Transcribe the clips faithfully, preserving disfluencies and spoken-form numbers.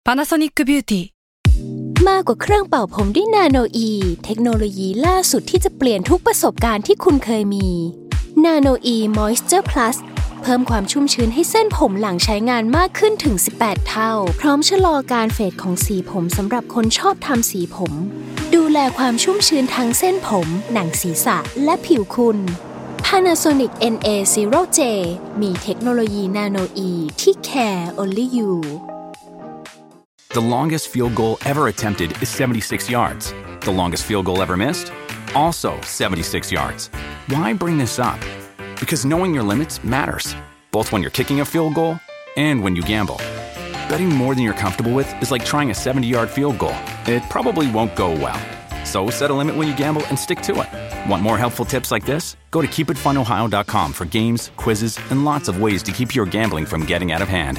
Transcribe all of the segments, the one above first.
Panasonic Beauty มากกว่าเครื่องเป่าผมด้วยนาโนอีเทคโนโลยีล่าสุดที่จะเปลี่ยนทุกประสบการณ์ที่คุณเคยมีนาโนอีมอยส์เจอร์พลัสเพิ่มความชุ่มชื้นให้เส้นผมหลังใช้งานมากขึ้นถึงสิบแปดเท่าพร้อมชะลอการเฟดของสีผมสำหรับคนชอบทำสีผมดูแลความชุ่มชื้นทั้งเส้นผมหนังศีรษะและผิวคุณ Panasonic เอ็น เอ ศูนย์ เจ มีเทคโนโลยีนาโนอีที่ care only you The longest field goal ever attempted is seventy-six yards. The longest field goal ever missed? Also seventy-six yards. Why bring this up? Because knowing your limits matters, both when you're kicking a field goal and when you gamble. Betting more than you're comfortable with is like trying a seventy-yard field goal. It probably won't go well. So set a limit when you gamble and stick to it. Want more helpful tips like this? Go to keep it fun ohio dot com for games, quizzes, and lots of ways to keep your gambling from getting out of hand.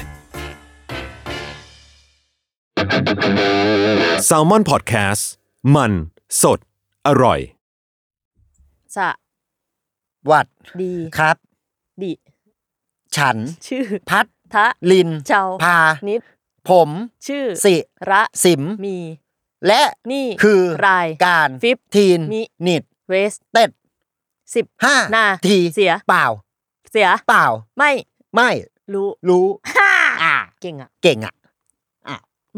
Salmon Podcast มันสดอร่อยสะวัดดีครับดิฉันชื่อพัดทะลินเจ้าพานิดผมชื่อสิระสิมมีและนี่คือรายการฟิฟทีนมินิดเวสเต็ดสิบห้านาทีเสียเปล่าเสียเปล่าไม่ไม่รู้รู้อ่าเก่งอ่ะเก่งอ่ะอ้าว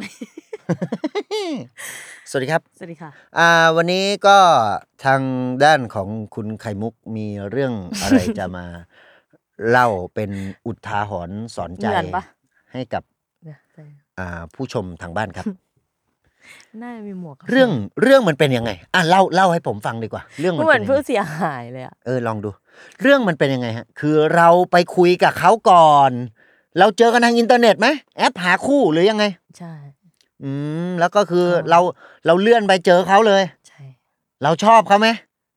สวัสดีครับสวัสดีค่ะอ่าวันนี้ก็ทางด้านของคุณไข่มุกมีเรื่องอะไรจะมาเล่าเป็นอุทาหรณ์สอนใจให้กับอ่าผู้ชมทางบ้านครับน่ามีหมวกเรื่องเรื่องมันเป็นยังไงอ่ะเล่าเล่าให้ผมฟังดีกว่าเรื่องมันเป็นเหมือนผู้เสียหายเลยอ่ะเออลองดูเรื่องมันเป็นยังไงฮะคือเราไปคุยกับเขาก่อนเราเจอกันทางอินเทอร์เน็ตไหมแอปหาคู่หรือยังไงใช่อืมแล้วก็คือเราเราเลื่อนไปเจอเขาเลยใช่เราชอบเขาไหม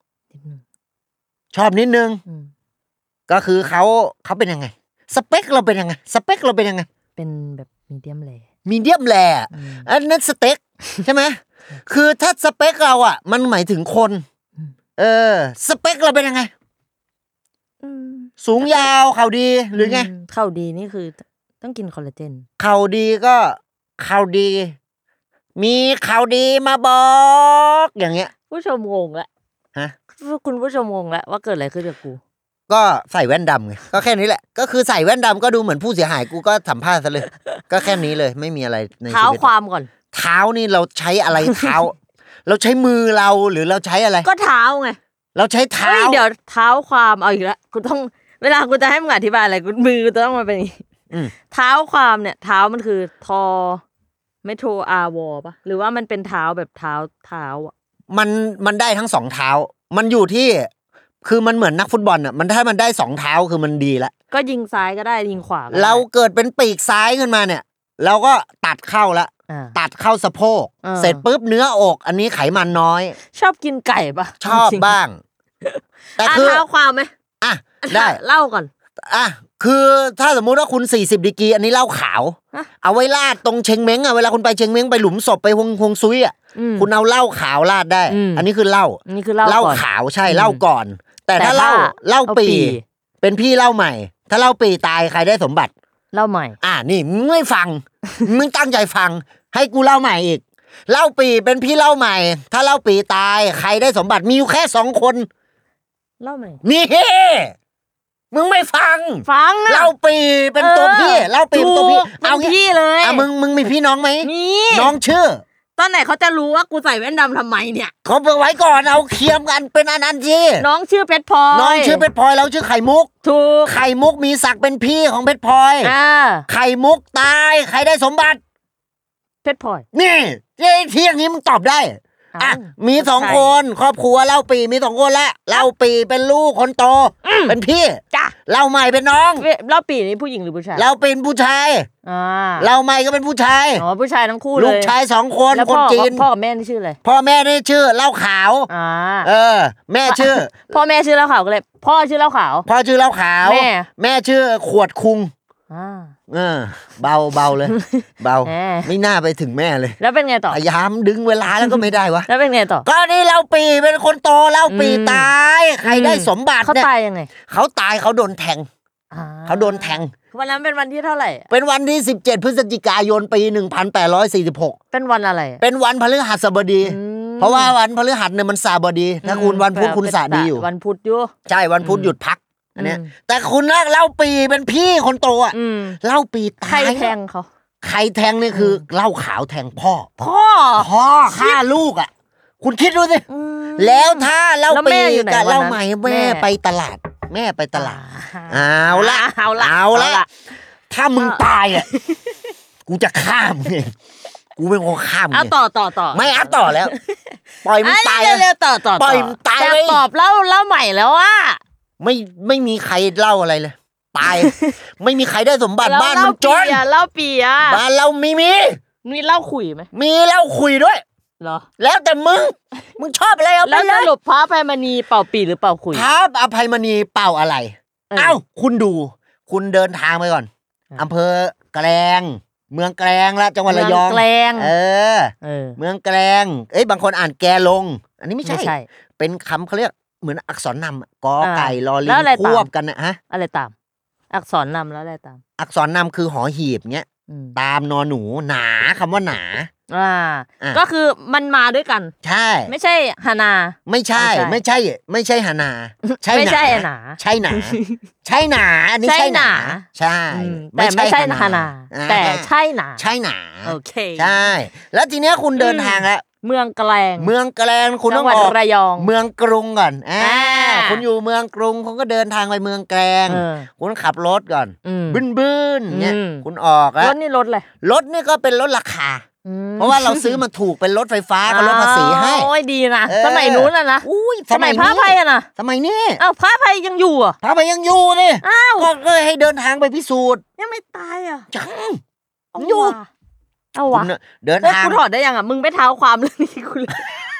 ชอบนิดนึงก็คือเขาเขาเป็นยังไงสเปคเราเป็นยังไงสเปคเราเป็นยังไงเป็นแบบมีเดียมแรมีเดียมแรอันนั้นสเต็กใช่ไหมคือถ้าสเปคเราอ่ะมันหมายถึงคนเออสเปคเราเป็นยังไงสูงยาวเข่าดีหรือไงเข่าดีนี่คือต้องกินคอลลาเจนเข่าดีก็เข่าดีมีเข่าดีมาบอกอย่างเงี้ยผู้ชมงงละฮะคุณผู้ชมงงละว่าเกิดอะไรขึ้นกับกูก็ใส่แว่นดำไงก็แค่นี้แหละก็คือใส่แว่นดำก็ดูเหมือนผู้เสียหายกูก็สัมภาษณ์ซะเลยก็แค่นี้เลยไม่มีอะไรในชีวิตเท้าความก่อนเท้านี่เราใช้อะไรเท้าเราใช้มือเราหรือเราใช้อะไรก็เท้าไงเราใช้เท้าเดี๋ยวเท้าความเอาอีกแล้วกูต้องเวลากูจะให้มึงอธิบายอะไรกูมือกูต้องมาเป็นเท้าความเนี่ยเท้ามันคือทอไม่โทรอาวอป่ะหรือว่ามันเป็นเท้าแบบเท้าเท้าอ่ะมันมันได้ทั้งสองเท้ามันอยู่ที่คือมันเหมือนนักฟุตบอลอ่ะมันถ้ามันได้สองเท้าคือมันดีละก็ยิงซ้ายก็ได้ยิงขวาก็ได้เราเกิดเป็นปีกซ้ายขึ้นมาเนี่ยเราก็ตัดเข้าละตัดเข้าสะโพกเสร็จปุ๊บเนื้ออกอันนี้ไขมันน้อยชอบกินไก่ป่ะชอบบ้างแต่คือเท้าความไหมอ่ะได้เล่าก่อนอ่ะคือถ้าสมมุติว่าคุณสี่สิบดีกรีอันนี้เหล้าขาวเอาไว้ราดตรงเชงเม้งอ่ะเวลาคุณไปเชงเม้งไปหลุมศพไปฮวงฮวงซุยอ่ะคุณเอาเหล้าขาวราดได้อันนี้คือเหล้านี่คือเหล้าเหล้าขาวใช่เหล้าก่อนแต่ถ้าเหล้าเหล้าปีเป็นพี่เหล้าใหม่ถ้าเหล้าปีตายใครได้สมบัติเหล้าใหม่อ่ะนี่มึงไม่ฟังมึงตั้งใจฟังให้กูเล่าใหม่อีกเหล้าปีเป็นพี่เหล้าใหม่ถ้าเหล้าปีตายใครได้สมบัติมีอยู่แค่สองคนเหล้าใหม่นี่มึงไม่ฟังฟังเล่าปีเป็นตัวพี่เล่าปีเป็นตัวพี่เอาพี่เลยอ่ะมึงมึงมีพี่น้องไหมมีน้องชื่อตอนไหนเขาจะรู้ว่ากูใส่แว่นดำทำไมเนี่ยเขาไปไว้ก่อนเอาเคียมกันเป็นอันนั้นสิน้องชื่อเพชรพลอยน้องชื่อเพชรพลอยเราชื่อไข่มุกถูกไข่มุกมีศักดิ์เป็นพี่ของเพชรพลอยอ่าไข่มุกตายใครได้สมบัติเพชรพลอยนี่เที่ยงนี้มึงตอบได้อ่ะมีสองคนครอบครัวเล่าปีมีสองคนแล้วเล่าปีเป็นลูกคนโตเป็นพี่จ้ะเล่าใหม่เป็นน้องเล่าปีนี่ผู้หญิงหรือผู้ชายเล่าเป็นผู้ชายอ่าเล่าใหม่ก็เป็นผู้ชายอ๋อผู้ชายทั้งคู่เลยลูกชายสองคนคนจีนพ่อกับแม่นี่ชื่ออะไรพ่อแม่นี่ชื่อเล่าขาวอ่าเออแม่ชื่อพ่อแม่ชื่อเล่าขาวก็เลยพ่อชื่อเล่าขาวพ่อชื่อเล่าขาวแม่แม่ชื่อขวดคุงอ่าเออเบาเบาเลยเบาไม่น่าไปถึงแม่เลยแล้วเป็นไงต่อพยายามดึงเวลาแล้วก็ไม่ได้วะแล้วเป็นไงต่อก็นี่เล่าปีเป็นคนโตเล่าปีตายใครได้สมบัติเขาตายยังไงเขาตายเขาโดนแทงเขาโดนแทงวันนั้นเป็นวันที่เท่าไหร่เป็นวันที่สิบเจ็ดพฤศจิกายนปีหนึ่งพันแปดร้อยสี่สิบหกเป็นวันอะไรเป็นวันพฤหัสบดีเพราะว่าวันพฤหัสเนี่ยมันสาบดีถ้าคุณวันพุธคุณสาดีอยู่วันพุธอยู่ใช่วันพุธหยุดพักอันเนี้ยแต่คุณเล่าปีเป็นพี่คนโตอ่ะเล่าปีตายใครแทงเขาใครแทงนี่คือเล่าขาวแทงพ่อพ่อพ่อฆ่าลูกอ่ะคุณคิดดูสิแล้วถ้าเล่าปีกับเล่าใหม่แม่ไปตลาดแม่ไปตลาดเอาละเอาละเอาละถ้ามึงตายอ่ะกูจะฆ่ามึงเองกูเป็นคนฆ่ามึงเอาต่อต่อต่อไม่เอาต่อแล้วปล่อยมึงตายเร็วๆต่อต่อปล่อยมึงตายเลยตอบเล่าเล่าใหม่แล้วอ่ะไม่ไม่มีใครเล่าอะไรเลยตายไม่มีใครได้สมบัติบ้านมันจนเล่าปีอ่ะบ้านเราไม่มีมีเล่าคุยไหมมีเล่าคุยด้วยเหรอแล้วแต่มึงมึงชอบอะไรเอาไปเลยแล้วสรุปพระอภัยมณีเป่าปีหรือเป่าคุยพระอภัยมณีเป่าอะไรเอ้าคุณดูคุณเดินทางไปก่อนอำเภอแกลงเมืองแกลงละจังหวัดระยองแกลงเออเมืองแกลงเอ้ยบางคนอ่านแกลงอันนี้ไม่ใช่เป็นคำเขาเรียกเหมือนอักษรนำกอไก่ลอลิงควบกันนะฮะอะไรตามอักษรนำแล้วอะไรตามอักษรนำคือหอหีบเงี้ยตามนอหนูหนาคำว่าหนาอ่าก็คือมันมาด้วยกันใช่ไม่ใช่หานาไม่ใช่ไม่ใช่ไม่ใช่หานาใช่ไม่ใช่หนาใช่หนาใช่หนาอันนี้ใช่หนาใช่แต่ไม่ใช่หานาแต่ใช่หนาใช่หนาโอเคใช่แล้วทีเนี้ยคุณเดินทางแล้วเมืองแกลงเมืองแกลงคุณต้องออกระยองเมืองกรุงก่อนอ่าคุณอยู่เมืองกรุงคุณก็เดินทางไปเมืองแกลงคุณขับรถก่อนบึ้นๆเงี้ยคุณออกแล้วรถนี่รถเลยรถนี่ก็เป็นรถราคาเพราะว่าเราซื้อมาถูกเป็นรถไฟฟ้าก็ลดภาษีให้โอ้ยดีนะสมัยนู้นน่ะนะสมัยพระอภัยอ่ะนะสมัยนี้อ้าวพระอภัยยังอยู่อ่ะพระอภัยยังอยู่นี่ก็เลยให้เดินทางไปพิสูจน์ยังไม่ตายอ่ะจังอยู่เอาวะเดินทางกูถอดได้ยังอ่ะมึงไม่เท้าความเรื่องนี้กูเลย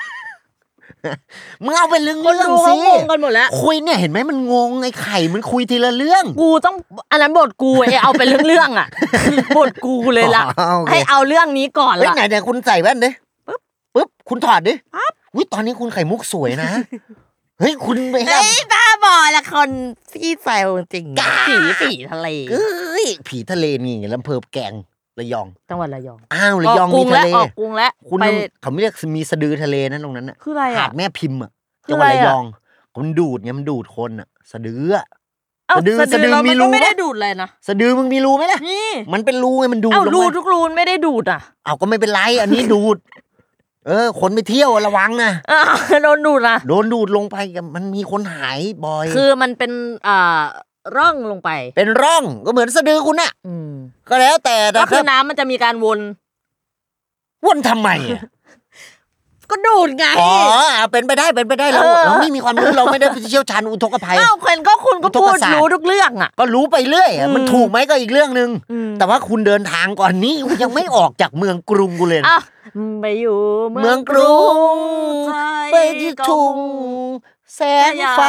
มึงเอาเป็นเรื่องเรื่องสิงงกันหมดแล้วคุยเนี่ยเห็นไหมมันงงไอ้ไข่มันคุยทีละเรื่องกูต้องอันนั้นบทกูไอ้เอาเป็นเรื่องเรื่องอ่ะบทกูเลยล่ะให้เอาเรื่องนี้ก่อนล่ะไหนๆคุณใส่แว่นดิปึ๊บปึ๊บคุณถอดดิอุ๊ยตอนนี้คุณไข่มุกสวยนะเฮ้ยคุณไปเฮ้ยบ้าบอละคนพี่แซวจริงผีผีทะเลเอ้ยผีทะเลนี่ลำเภอแกงระยองจังหวัดระยองอ้าวระยองมีทะเลออกกรุงแล้วคุณเขาไม่เรียกมีสะดือทะเลนั่นตรงนั้นน่ะคืออะไรอ่ะหาดแม่พิมพ์อ่ะจังหวัดระยองมันดูดไงมันดูดคนอ่ะสะดือสะดือสะดือมีรูไม่ได้ดูดเลยนะสะดือมึงมีรูไหมล่ะมันเป็นรูไงมันดูดลงมารูทุกรูไม่ได้ดูดอ่ะเอาก็ไม่เป็นไรอันนี้ดูดเออคนไปเที่ยวระวังนะโดนดูดนะโดนดูดลงไปมันมีคนหายบ่อยคือมันเป็นอ่าร่องลงไปเป็นร่องก็เหมือนสะดือคุณน่ะก็แล้วแต่ก็คือน้ำมันจะมีการวนวนทำไมอ่ะก็ดูดไงอ๋อเป็นไปได้เป็นไปได้เราเราไม่มีความรู้เราไม่ได้เชี่ยวชาญอุทกภัยอ้าวคนก็คุณก็พูดรู้ทุกเรื่องอ่ะก็รู้ไปเรื่อยมันถูกไหมก็อีกเรื่องนึงแต่ว่าคุณเดินทางก่อนนี้คุณยังไม่ออกจากเมืองกรุงกูเลยไปอยู่เมืองกรุงไปที่ทุ่งแสงไฟ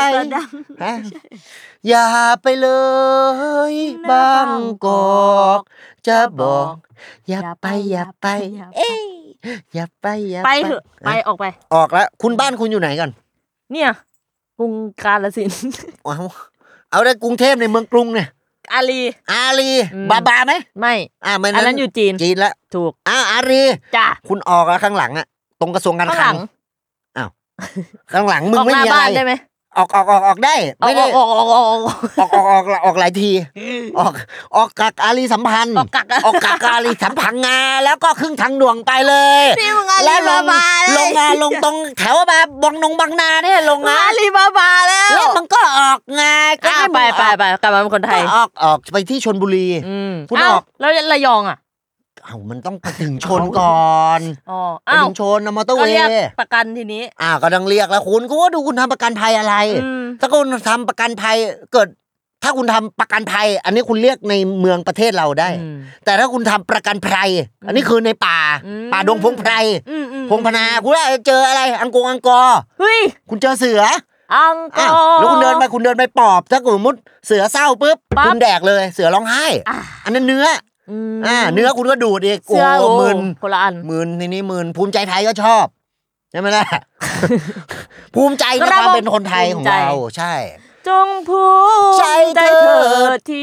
อย่าไปเลยบางกอกจะบอกอย่าไปอย่าไปเอ้ยอย่าไปอย่าไปเถอะไปออกไปออกแล้วคุณบ้านคุณอยู่ไหนก่อนเนี่ยกรุงกาฬสินธุ์เอาเอาได้กรุงเทพในเมืองกรุงเนี่ยอารีอารีบาบาไหมไม่อ่าอันนั้นอยู่จีนจีนแล้วถูกอ้าวอารีจ้ะคุณออกแล้วข้างหลังอ่ะตรงกระทรวงการคลังอ้าวข้างหลังมึงไม่มีอะไรได้ไหมออกออกออกออกได้ไม่ได้ออกออกออกออกออกออกออกหลายทีออกออกกักอารีสัมพันธ์ออกกักออกกักอารีสัมพันธ์งาแล้วก็ครึ่งทางด่วนไปเลยแล้วลงลงมาลงตรงแถวแบบบางนงบางนาเนี่ยลงมาอารีบาบาแล้วแล้วมันก็ออกไงก็ไปไปไปกลับมาเป็นคนไทยออกออกไปที่ชลบุรีคุณออกแล้วระยองอ่ะอ้าวมันต้องไปถึงชนก่อนอ๋อไปถึงชนนะมอเตอร์เวย์ประกันทีนี้อ่าก็ต้องเรียกแล้วคุณก็ว่าดูคุณทำประกันภัยอะไรถ้าคุณทำประกันภัยเกิดถ้าคุณทำประกันภัยอันนี้คุณเรียกในเมืองประเทศเราได้แต่ถ้าคุณทำประกันภัยอันนี้คือในป่าป่าดงพงไพรพงพนาคุณว่าเจออะไรอังกงอังกอเฮ้ยคุณเจอเสืออังกอแล้วคุณเดินไปคุณเดินไปปอบถ้าสมมติเสือเศร้าปุ๊บคุณแดกเลยเสือร้องไห้อันนั้นเนื้ออ่าเนื้อคุณก็ดูดอีกโอ้หมื่นคนละอันหมื่นทีนี้หมื่นภูมิใจไทยก็ชอบใช่ไหมล่ะภูมิใจในความเป็นคนไทยของเราใช่จงภูมิใจเธอที่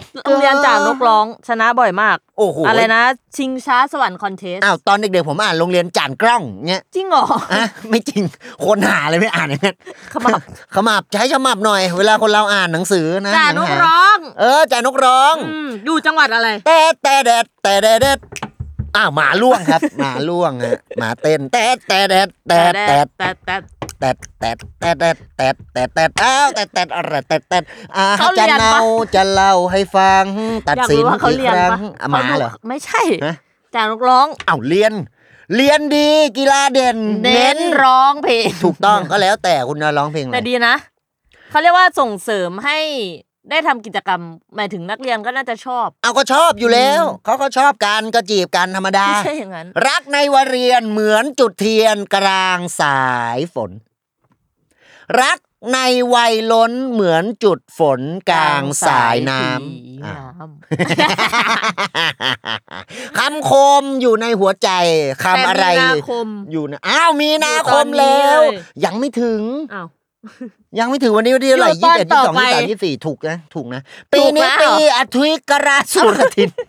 โรงเรียนจ่านกร้องชนะบ่อยมากโอ้โหอะไรนะชิงช้าสวรรค์คอนเทสต์อ้าวตอนเด็กๆผมอ่านโรงเรียนจ่านกล้องเงี้ยจริงเหรออ่ะไม่จริงคนหาเลยไม่อ่านอย่างนั้นขมับขมับใช้ขมับหน่อย เวลาคนเราอ่านหนังสือนะจ่านกหาร้องเออจ่านกร้องอืมอยู่จังหวัดอะไรแต่แต่แดดแต่แดดแดดอ้าวหมาล่วงครับหมาล่วงฮะหมาเต้นแต่แต่แดดแต่แต่แต่แต่แต่แต่แต่แต่แต่แต่แต่อ้าวแต่แต่อะไรแต่แต่อ่าจะเล่าจะเล่าให้ฟังตัดสินอีกครั้งหมาเหรอไม่ใช่จ่านกร้องอ้าวเรียนเรียนดีกีฬาเด่นเน้นร้องเพลงถูกต้องก็แล้วแต่คุณจะร้องเพลงอะไรแต่ดีนะเขาเรียกว่าส่งเสริมให้ได้ทำกิจกรรมหมายถึงนักเรียนก็น่าจะชอบเอาก็ชอบอยู่แล้วเขาก็ชอบกันก็จีบกันธรรมดาไม่ใช่อย่างนั้นรักในวัยเรียนเหมือนจุดเทียนกลางสายฝนรักในวัยล้นเหมือนจุดฝนกลางสายน้ำคำคมอยู่ในหัวใจคำอะไรอยู่นะอ้าวมีนาคมแล้วยังไม่ถึงยังไม่ถึงวันนี้วันที่เท่าไหร่ยี่สิบเอ็ดยี่สิบสองยี่สิบสามยี่สิบสี่ถูกนะถูกนะปีนี้ปีอทุยกราสุรทิน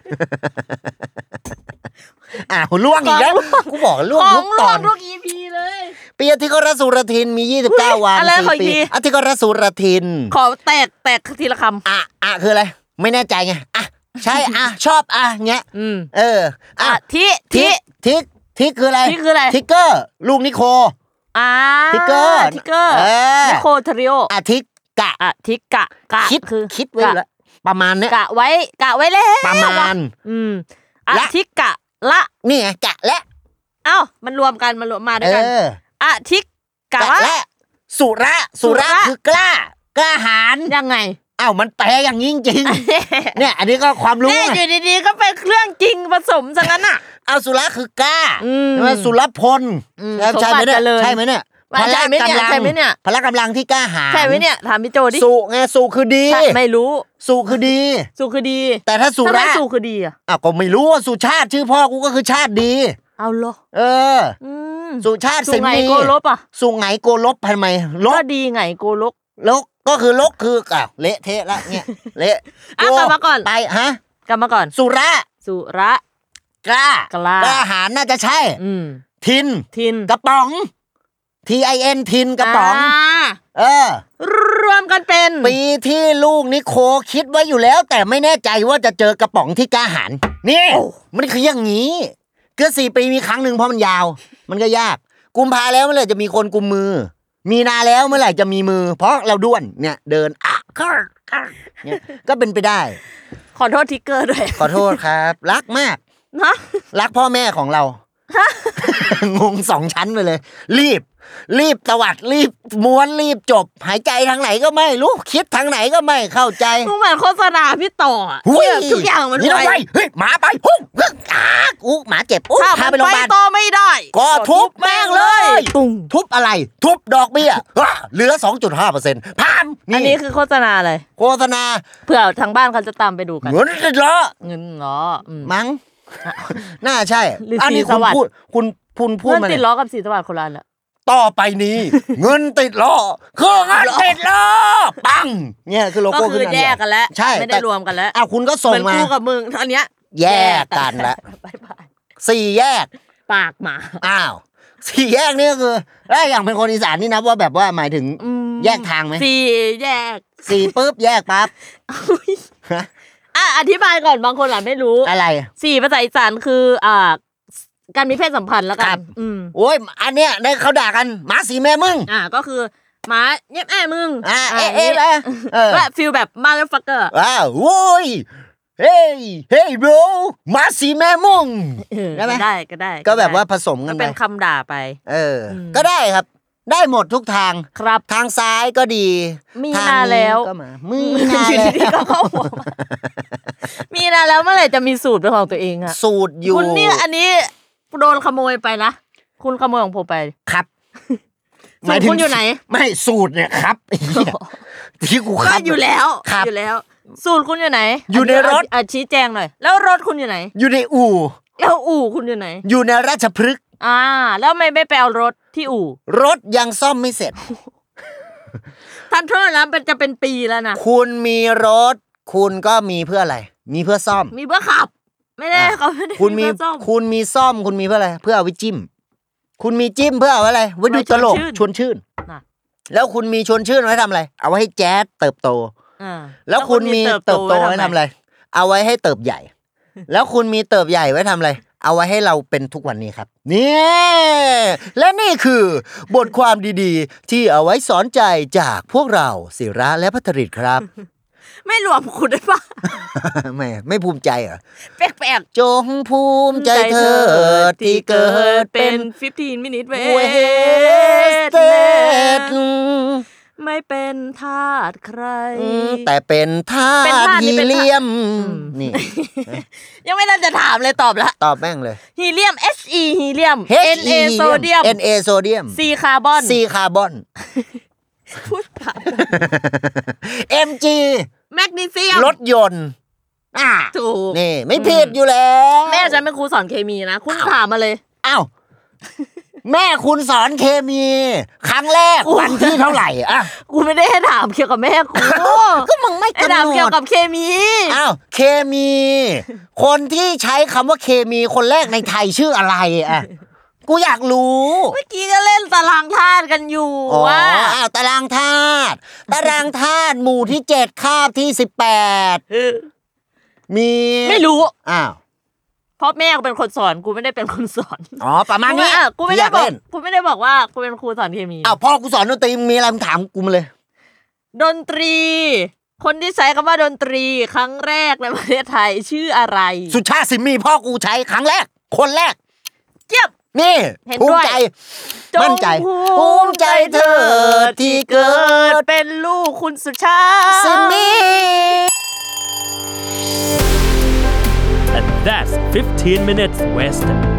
อ่ะล่วงอีกแล้วกูบอกล่วงทุกตอนทุก อี พี เลยปีอธิกรสุรทินมียี่สิบเก้าวันสี่ปีอธิกรสุรทินขอแตกแตกทีละคำอ่ะอ่ะคืออะไรไม่แน่ใจไงอ่ะใช่อ่ะชอบอ่ะเงี้ยเอออ่ะทิทิทิทิคืออะไรทิคืออะไรทิกเกอร์ลูกนิโคอ่าทิกเกอร์ทิกเกอร์นิโคทริโออ่ะทิกกะอ่ะทิกกะกะคิดคือคิดไว้แล้วประมาณเนี้ยกะไว้กะไว้แล้วประมาณอืมอ่ะทิกกะละนี่ไงกะและเอ้ามันรวมกันมันรวมมาด้วยกันอ่ะทิกกะและสุระสุระคือกล้ากล้าหาญยังไงอ้าวมันแปลอย่างนี้จริงๆเนี่ยอันนี้ก็ความรู้เนี่ยอยู่ดีๆก็เป็นเรื่องจริงผสมซะงั้นอ่ะเอาสุระคือกล้าใช่ไหมสุรพลใช่ไหมเนี่ยใช่ไหมเนี่ยพละกำลังใช่ไหมเนี่ยพละกำลังที่กล้าหาญใช่ไหมเนี่ยถามพี่โจดิสุไงสุคือดีไม่รู้สุคือดีสุคือดีแต่ถ้าสุระสุคือดีอ่ะอ้าวก็ไม่รู้ว่าสุชาติชื่อพ่อกูก็คือชาติดีเอาเหรอเออสุชาติสิงห์มีสุไงโกลบอ่ะสุไงโกลบทำไมลบก็ดีไงโกลบลกก็คือลกคืออ้าวเละเทะละเนี่ยเละอ่ะกลับมาก่อนไปฮะกลับมาก่อนสุระสุระกล้ากล้าหาญน่าจะใช่ทินทินกระป๋อง ที ไอ เอ็น ทินกระป๋องเออรวมกันเป็นปีที่ลูกนิโคคิดไว้อยู่แล้วแต่ไม่แน่ใจว่าจะเจอกระป๋องที่กล้าหาญนี่มันคืออย่างนี้เกือบสี่ปีมีครั้งหนึ่งเพราะมันยาวมันก็ยากกุมภาแล้วเมื่อไหร่จะมีคนกุมมือมีนาแล้วเมื่อไหร่จะมีมือเพราะเราด้วนเนี่ยเดินอ่ะเนี่ยก็เป็นไปได้ขอโทษทิกเกอร์ด้วยขอโทษครับรักมากนะรักพ่อแม่ของเรางงสองชั้นไปเลยรีบรีบตวัดรีบม้วนรีบจบหายใจทางไหนก็ไม่รู้คิดทางไหนก็ไม่เข้าใจมึงเหมือนโฆษณาพี่ต่อทุกอย่างมันไวเฮ้ยหมาไปหุ้งอ่ากูหมาเจ็บพาไปโรงพยาบาลต่อไม่ได้ก็ทุบแม่งเลยทุบอะไรทุบดอกเบี้ยเหลือ สองจุดห้าเปอร์เซ็นต์ พามอันนี้คือโฆษณาอะไรโฆษณาเผื่อทางบ้านเขาจะตามไปดูกันเงินติดล้อเงินล้อมั้งน่าใช่อันนี้คุณพูดคุณพูดพูดมาเงินติดล้อกับสีสวัสดิ์คนละอันละต่อไปนี้เงินติดล้อคือเงินติดล้อปังเนี่ยคือโลโก้ขึ้นแยกกันแล้วใช่ไม่ได้รวมกันแล้วอ้าวคุณก็ส่งมาคู่กับมึงอันเนี้ยแยกกันแล้วสี่แยกปากหมาอ้าวสี่แยกนี่ก็คือแล้วอย่างเป็นคนอีสานนี่นะว่าแบบว่าหมายถึงแยกทางไหมสี่แยกสี่ปุ๊บแยกปั๊บอ่ะอธิบายก่อนบางคนอาจไม่รู้อะไรสี่ภาษาอีสานคืออ่าการมีเพศสัมพันธ์แล้วกันอืมโอ้ยอันเนี้ยได้เขาด่ากันหมาสีแม่มึงอ่าก็คือหมาเย็บแอ้มึงอ่าเอ๊ะเอ๊ะเออว่าฟีลแบบมาแล้วฟักเกอร์อ้าวโว้ยเฮ้ยเฮ้ยโบรหมาสีแม่มึงได้ไหมได้ก็ได้ก็แบบว่าผสมกันไปเป็นคำด่าไปเออก็ได้ครับได้หมดทุกทางครับทางซ้ายก็ดีมีนาแล้วก็มามีนาแล้วก็เข้ามีนาแล้วเมื่อไหร่จะมีสูตรเป็นของตัวเองอะสูตรอยู่คุณเนี่ยอันนี้โดนขโมยไปนะคุณขโมยของผมไปครับสูตรคุณอยู่ไหนไม่สูตรเนี่ยครับที่กูครับอยู่แล้วอยู่แล้วสูตรคุณอยู่ไหนอยู่ในรถอ่ะชี้แจงหน่อยแล้วรถคุณอยู่ไหนอยู่ในอู่แล้วอู่คุณอยู่ไหนอยู่ในราชพฤกษ์อ่าแล้วไม่ไม่ไปเอารถที่อู่รถยังซ่อมไม่เสร็จท่านโทษนะเป็นจะเป็นปีแล้วนะคุณมีรถคุณก็มีเพื่ออะไรมีเพื่อซ่อมมีเพื่อขับไม่ได้เขาไม่ได้คุณมีคุณมีซ่อมคุณมีเพื่ออะไรเพื่อเอาไว้จิ้มคุณมีจิ้มเพื่อเอาอะไรไว้ดูตลกชวนชื่นแล้วคุณมีชวนชื่นไว้ทำอะไรเอาไว้ให้แจ๊สเติบโตแล้วคุณมีเติบโตไว้ทำอะไรเอาไว้ให้เติบใหญ่แล้วคุณมีเติบใหญ่ไว้ทำอะไรเอาไว้ให้เราเป็นทุกวันนี้ครับนี่และนี่คือบทความดีๆที่เอาไว้สอนใจจากพวกเราศิระและภัทริศครับไม่รวมคุณได้ปะไม่ไม่ภูมิใจเหรอแปลกๆจงภูมิใจเธอที่เกิดเป็นสิบห้า minute เวสไม่เป็นทาสใครแต่เป็นทาสฮีเลียมนี่ยังไม่ทันจะถามเลยตอบละตอบแม่งเลยฮีเลียม He ฮีเลียม Na โซเดียม Na โซเดียม C คาร์บอน C คาร์บอนพูดผ่าน Mg แมกนีเซียมรถยนต์อ่ะถูกนี่ไม่ผิดอยู่แล้วแม่ฉันเป็นครูสอนเคมีนะคุณถามมาเลยอ้าวแม่คุณสอนเคมีครั้งแรกวันที่เท่าไหร่อ่ะกูไม่ได้ให้ถามเกี่ยวกับแม่กูก็มึงไม่ถามเกี่ยวกับเคมีอ้าวเคมีคนที่ใช้คำว่าเคมีคนแรกในไทยชื่ออะไรอ่ะกูอยากรู้เมื่อกี้ก็เล่นตารางธาตุกันอยู่ว่าอ้าวตารางธาตุตารางธาตุหมู่ที่เจ็ดคาบที่สิบแปดมีไม่รู้อ้าวเพราะแม่กูเป็นคนสอนกูไม่ได้เป็นคนสอนอ๋อประมาณนี้กูไม่ได้บอกกูไม่ได้บอกว่ากูเป็นครูสอนเคมีอ้าวพ่อกูสอนดนตรีมีอะไรมึงถามกูมาเลยดนตรีคนที่ใช้คำว่าดนตรีครั้งแรกในประเทศไทยชื่ออะไรสุชาติสิมมีพ่อกูใช้ครั้งแรกคนแรกเจี๊ยบนี่ภูมิใจมั่นใจภูมิใจเธอที่เกิดเป็นลูกคุณสุชาติสิมมี And that's fifteen minutes West